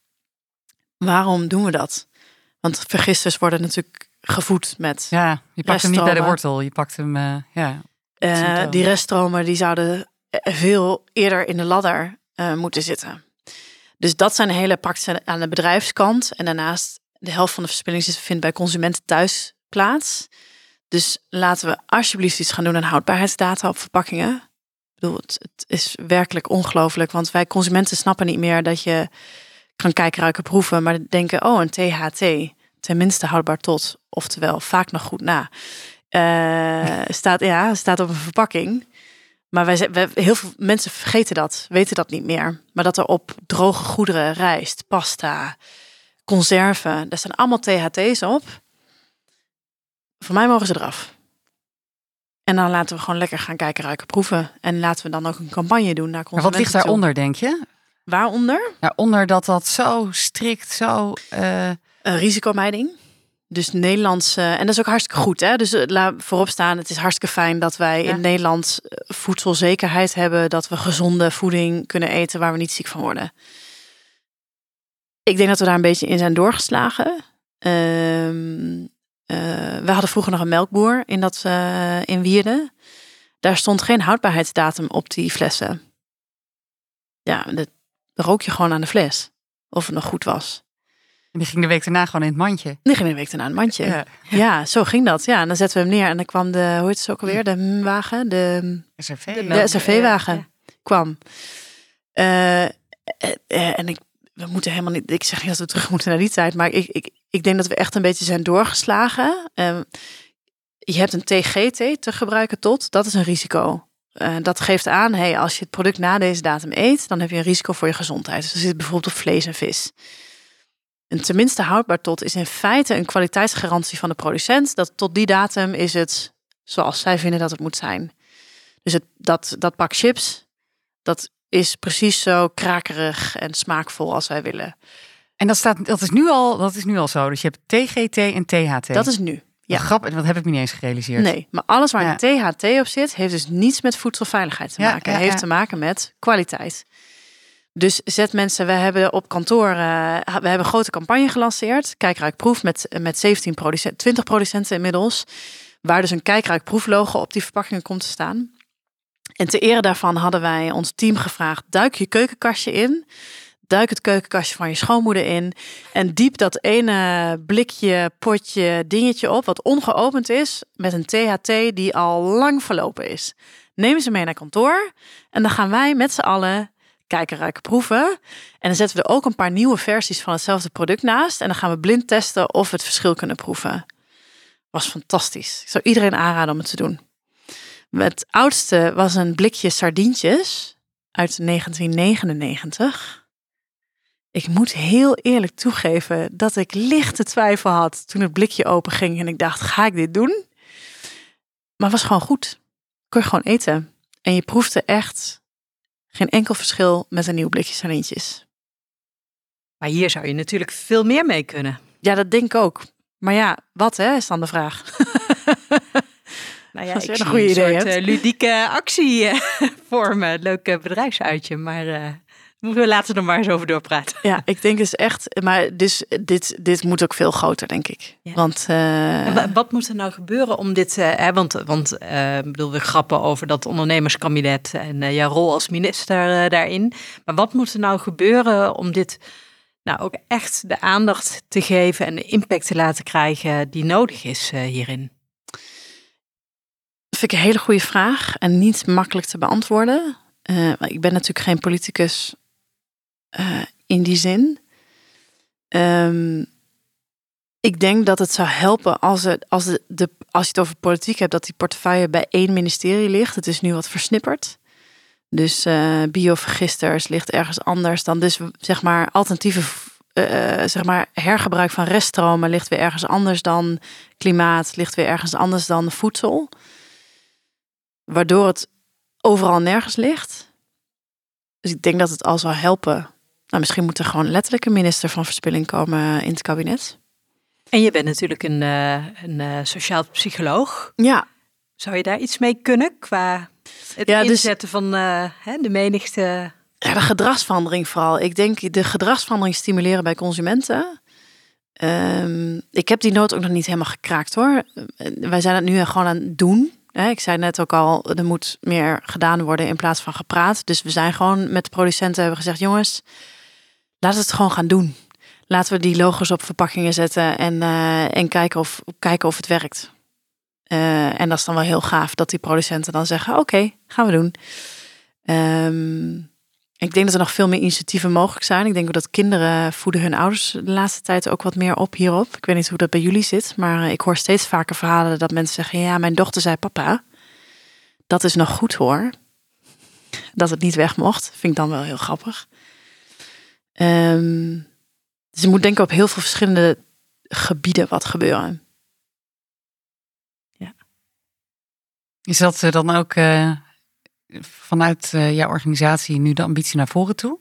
Waarom doen we dat? Want vergisters worden natuurlijk gevoed met Ja, je pakt hem niet bij de wortel. Je pakt hem, uh, ja. Uh, die reststromen die zouden veel eerder in de ladder uh, moeten zitten. Dus dat zijn hele praktische aan de bedrijfskant. En daarnaast de helft van de verspilling vindt bij consumenten thuis plaats. Dus laten we alsjeblieft iets gaan doen aan houdbaarheidsdata op verpakkingen. Ik bedoel, het, het is werkelijk ongelooflijk. Want wij consumenten snappen niet meer dat je kan kijken, ruiken, proeven. Maar denken, oh, een T H T, tenminste houdbaar tot. Oftewel, vaak nog goed na. Uh, staat, ja, staat op een verpakking. Maar wij, wij, heel veel mensen vergeten dat, weten dat niet meer. Maar dat er op droge goederen, rijst, pasta, conserven, daar staan allemaal T H T's op. Voor mij mogen ze eraf. En dan laten we gewoon lekker gaan kijken, ruiken, proeven. En laten we dan ook een campagne doen naar consumenten. Maar wat ligt daaronder, denk je? Waaronder? Ja, onder dat dat zo strikt, zo... Uh... Uh, risicomijding. Dus Nederlands, uh, en dat is ook hartstikke goed. Hè? Dus uh, laat voorop staan, het is hartstikke fijn dat wij ja. in Nederland uh, voedselzekerheid hebben. Dat we gezonde voeding kunnen eten waar we niet ziek van worden. Ik denk dat we daar een beetje in zijn doorgeslagen. Uh, uh, we hadden vroeger nog een melkboer in, dat, uh, in Wierden. Daar stond geen houdbaarheidsdatum op die flessen. Ja, dat rook je gewoon aan de fles. Of het nog goed was. En die ging de week daarna gewoon in het mandje. Die ging de week daarna in het mandje. Ja. Ja, zo ging dat. Ja, en dan zetten we hem neer en dan kwam de, hoe heet het ook alweer? De wagen, de, S R V. de, de S R V-wagen Ja. kwam. Uh, uh, uh, en ik, we moeten helemaal niet, ik zeg niet dat we terug moeten naar die tijd, maar ik, ik, ik denk dat we echt een beetje zijn doorgeslagen. Uh, je hebt een T G T te gebruiken tot, dat is een risico. Uh, dat geeft aan, hey, als je het product na deze datum eet, dan heb je een risico voor je gezondheid. Dus er zit bijvoorbeeld op vlees en vis. Een tenminste houdbaar tot is in feite een kwaliteitsgarantie van de producent. Dat tot die datum is het zoals zij vinden dat het moet zijn. Dus het, dat, dat pak chips, dat is precies zo krakerig en smaakvol als wij willen. En dat, staat, dat, is nu al, dat is nu al zo. Dus je hebt T G T en T H T. Dat is nu. Ja. Wat grappig, wat heb ik me niet eens gerealiseerd. Nee, maar alles waar Ja. een T H T op zit, heeft dus niets met voedselveiligheid te Ja, maken. ja, heeft ja. te maken met kwaliteit. Dus zet mensen, we hebben op kantoor, uh, we hebben een grote campagne gelanceerd. Kijkruik proef met, met zeventien producenten, twintig producenten inmiddels. Waar dus een Kijkruik proeflogo op die verpakkingen komt te staan. En ter ere daarvan hadden wij ons team gevraagd, duik je keukenkastje in. Duik het keukenkastje van je schoonmoeder in. En diep dat ene blikje, potje, dingetje op, wat ongeopend is, met een T H T die al lang verlopen is. Neem ze mee naar kantoor. En dan gaan wij met z'n allen Kijkruik proeven. En dan zetten we er ook een paar nieuwe versies van hetzelfde product naast. En dan gaan we blind testen of we het verschil kunnen proeven. Was fantastisch. Ik zou iedereen aanraden om het te doen. Het oudste was een blikje sardientjes uit negentien negenennegentig. Ik moet heel eerlijk toegeven dat ik lichte twijfel had toen het blikje open ging. En ik dacht, ga ik dit doen? Maar het was gewoon goed. Kon je gewoon eten. En je proefde echt geen enkel verschil met een nieuw blikje sardientjes. Maar hier zou je natuurlijk veel meer mee kunnen. Ja, dat denk ik ook. Maar ja, wat hè, is dan de vraag. Nou ja, Als je ik een zie goede een idee soort hebt. uh, ludieke actie uh, vormen. Leuk uh, bedrijfsuitje, maar uh, moeten we later nog maar eens over doorpraten. Ja, ik denk dus echt, maar dus, dit, dit moet ook veel groter, denk ik. Ja. Want uh, En wat moet er nou gebeuren om dit, uh, hè, want, want uh, bedoel, we grappen over dat ondernemerskabinet en uh, jouw rol als minister uh, daarin. Maar wat moet er nou gebeuren om dit nou ook echt de aandacht te geven en de impact te laten krijgen die nodig is uh, hierin? Dat vind ik een hele goede vraag en niet makkelijk te beantwoorden. Uh, ik ben natuurlijk geen politicus uh, in die zin. Um, ik denk dat het zou helpen als, het, als, de, de, als je het over politiek hebt, dat die portefeuille bij één ministerie ligt. Het is nu wat versnipperd. Dus uh, biovergisters ligt ergens anders dan. Dus zeg maar alternatieve uh, zeg maar hergebruik van reststromen ligt weer ergens anders dan klimaat, ligt weer ergens anders dan voedsel. Waardoor het overal nergens ligt. Dus ik denk dat het al zou helpen. Nou, misschien moet er gewoon letterlijk een minister van verspilling komen in het kabinet. En je bent natuurlijk een, uh, een uh, sociaal psycholoog. Ja. Zou je daar iets mee kunnen qua het ja, dus, inzetten van uh, hè, de menigte? Ja, de gedragsverandering vooral. Ik denk de gedragsverandering stimuleren bij consumenten. Um, ik heb die noot ook nog niet helemaal gekraakt hoor. Wij zijn het nu gewoon aan het doen. Ik zei net ook al, er moet meer gedaan worden in plaats van gepraat. Dus we zijn gewoon met de producenten hebben gezegd, jongens, laten we het gewoon gaan doen. Laten we die logos op verpakkingen zetten en, uh, en kijken, of, kijken of het werkt. Uh, en dat is dan wel heel gaaf dat die producenten dan zeggen, oké, okay, gaan we doen. Um, ik denk dat er nog veel meer initiatieven mogelijk zijn. Ik denk ook dat kinderen voeden hun ouders de laatste tijd ook wat meer op hierop. Ik weet niet hoe dat bij jullie zit, maar ik hoor steeds vaker verhalen dat mensen zeggen, ja, mijn dochter zei papa, dat is nog goed hoor. Dat het niet weg mocht, vind ik dan wel heel grappig. Um, dus er moet denk ik op heel veel verschillende gebieden wat gebeuren. Ja. Is dat uh, dan ook uh, vanuit uh, jouw organisatie nu de ambitie naar voren toe?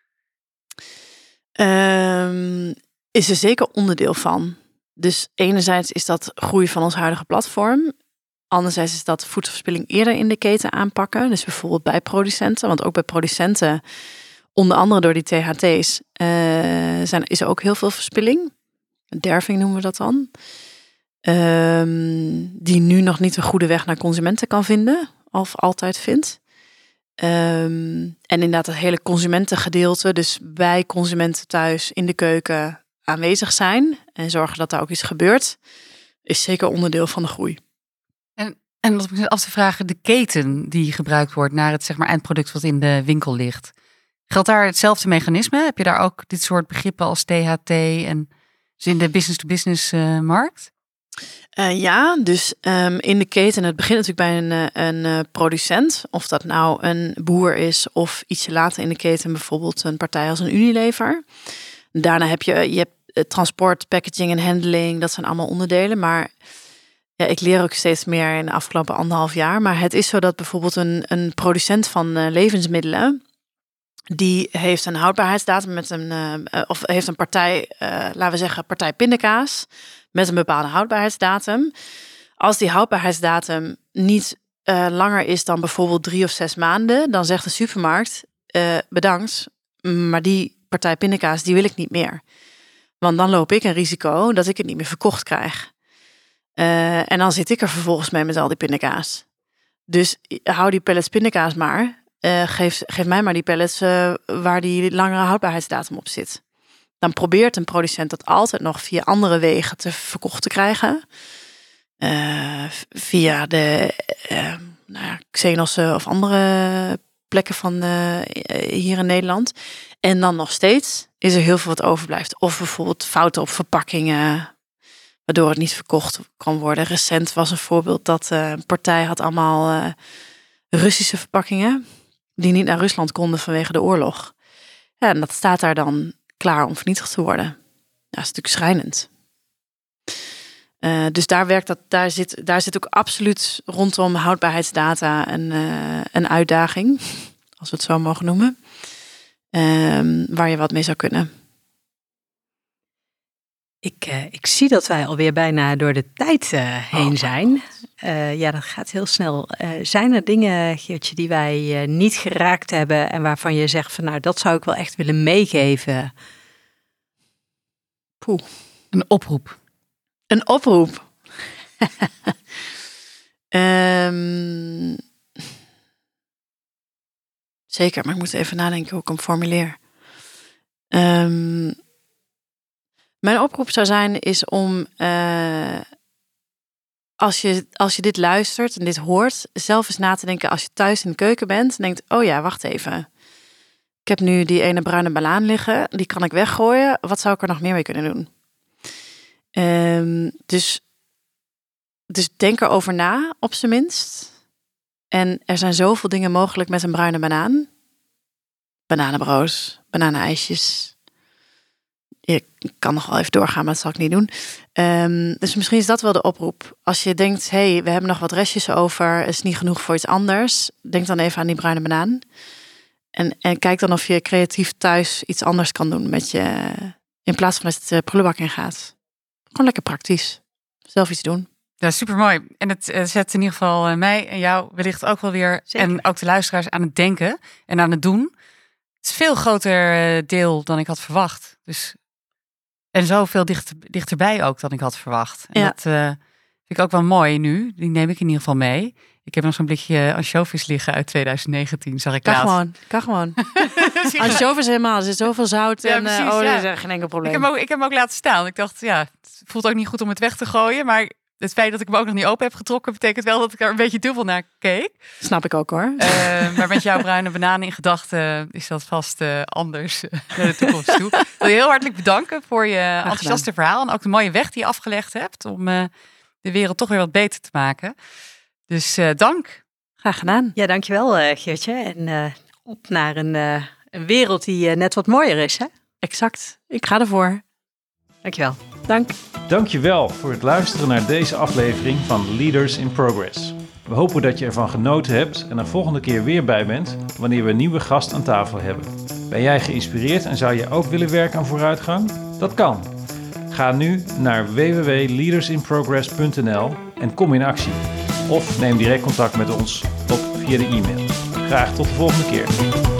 Um, is er zeker onderdeel van. Dus enerzijds is dat groei van ons huidige platform. Anderzijds is dat voedselverspilling eerder in de keten aanpakken. Dus bijvoorbeeld bij producenten. Want ook bij producenten, onder andere door die T H T's, uh, zijn, is er ook heel veel verspilling. Derving noemen we dat dan. Um, die nu nog niet een goede weg naar consumenten kan vinden. Of altijd vindt. Um, en inderdaad het hele consumentengedeelte. Dus bij consumenten thuis in de keuken. aanwezig zijn en zorgen dat er ook iets gebeurt, is zeker onderdeel van de groei. En, en wat ik me af te vragen, de keten die gebruikt wordt naar het zeg maar, eindproduct wat in de winkel ligt. Geldt daar hetzelfde mechanisme? Heb je daar ook dit soort begrippen als T H T en dus in de business-to-business uh, markt? Uh, ja, dus um, in de keten, het begint natuurlijk bij een, een uh, producent. Of dat nou een boer is of ietsje later in de keten bijvoorbeeld een partij als een Unilever. Daarna heb je, je hebt uh, transport, packaging en handling. Dat zijn allemaal onderdelen. Maar ja, ik leer ook steeds meer in de afgelopen anderhalf jaar. Maar het is zo dat bijvoorbeeld een, een producent van uh, levensmiddelen, die heeft een houdbaarheidsdatum met een, uh, of heeft een partij, uh, laten we zeggen, partij pindakaas met een bepaalde houdbaarheidsdatum. Als die houdbaarheidsdatum niet uh, langer is dan bijvoorbeeld drie of zes maanden, dan zegt de supermarkt, uh, bedankt, maar die partij pindakaas, die wil ik niet meer. Want dan loop ik een risico dat ik het niet meer verkocht krijg. Uh, en dan zit ik er vervolgens mee met al die pindakaas. Dus hou die pallets pindakaas maar. Uh, geef, geef mij maar die pallets uh, waar die langere houdbaarheidsdatum op zit. Dan probeert een producent dat altijd nog via andere wegen te verkocht te krijgen. Uh, via de uh, nou ja, Xenos of andere plekken van uh, hier in Nederland. En dan nog steeds is er heel veel wat overblijft. Of bijvoorbeeld fouten op verpakkingen, waardoor het niet verkocht kan worden. Recent was een voorbeeld dat uh, een partij had allemaal uh, Russische verpakkingen die niet naar Rusland konden vanwege de oorlog. Ja, en dat staat daar dan klaar om vernietigd te worden. Ja, dat is natuurlijk schrijnend. Uh, dus daar werkt dat, daar zit, daar zit ook absoluut rondom houdbaarheidsdata een, uh, een uitdaging, als we het zo mogen noemen, uh, waar je wat mee zou kunnen. Ik, uh, ik zie dat wij alweer bijna door de tijd uh, heen oh, zijn. Uh, ja, dat gaat heel snel. Uh, zijn er dingen, Geertje, die wij uh, niet geraakt hebben en waarvan je zegt van nou, dat zou ik wel echt willen meegeven? Poeh. Een oproep. Een oproep. um, zeker, maar ik moet even nadenken hoe ik hem formuleer. Um, Mijn oproep zou zijn is om, uh, als, je, als je dit luistert en dit hoort, zelf eens na te denken als je thuis in de keuken bent en denkt, oh ja, wacht even. Ik heb nu die ene bruine banaan liggen, die kan ik weggooien. Wat zou ik er nog meer mee kunnen doen? Um, dus, dus denk erover na, op zijn minst. En er zijn zoveel dingen mogelijk met een bruine banaan. Bananenbrood, bananenijsjes. Je kan nog wel even doorgaan, maar dat zal ik niet doen. Um, dus misschien is dat wel de oproep. Als je denkt, hé, hey, we hebben nog wat restjes over, is niet genoeg voor iets anders. Denk dan even aan die bruine banaan. En, en kijk dan of je creatief thuis iets anders kan doen met je, in plaats van dat het de prullenbak in gaat. Gewoon lekker praktisch. Zelf iets doen. Ja, supermooi. En het uh, zet in ieder geval uh, mij en jou wellicht ook wel weer, zeker, en ook de luisteraars aan het denken en aan het doen. Het is een veel groter uh, deel dan ik had verwacht. Dus en zoveel dichter, dichterbij ook dan ik had verwacht. En ja, dat uh, vind ik ook wel mooi nu. Die neem ik in ieder geval mee. Ik heb nog zo'n blikje ansjovis liggen uit twintig negentien, zag ik kan laatst. Gewoon, kan gewoon. Ansjovis helemaal. Er zit zoveel zout ja, en precies, uh, oh, ja, dat is geen enkel probleem. Ik heb, hem ook, ik heb hem ook laten staan. Ik dacht, ja, het voelt ook niet goed om het weg te gooien. Maar het feit dat ik hem ook nog niet open heb getrokken, betekent wel dat ik er een beetje dubbel naar keek. Snap ik ook hoor. Uh, maar met jouw bruine bananen in gedachten is dat vast uh, anders uh, naar de toekomst toe. Ik wil je heel hartelijk bedanken voor je Graag enthousiaste gedaan. verhaal. En ook de mooie weg die je afgelegd hebt om uh, de wereld toch weer wat beter te maken. Dus uh, dank. Graag gedaan. Ja, dankjewel uh, Geertje. En uh, op naar een, uh, een wereld die uh, net wat mooier is, hè? Exact. Ik ga ervoor. Dankjewel. Dank. Dankjewel voor het luisteren naar deze aflevering van Leaders in Progress. We hopen dat je ervan genoten hebt en er volgende keer weer bij bent wanneer we een nieuwe gast aan tafel hebben. Ben jij geïnspireerd en zou je ook willen werken aan vooruitgang? Dat kan. Ga nu naar w w w punt leaders in progress punt n l en kom in actie. Of neem direct contact met ons op via de e-mail. Graag tot de volgende keer.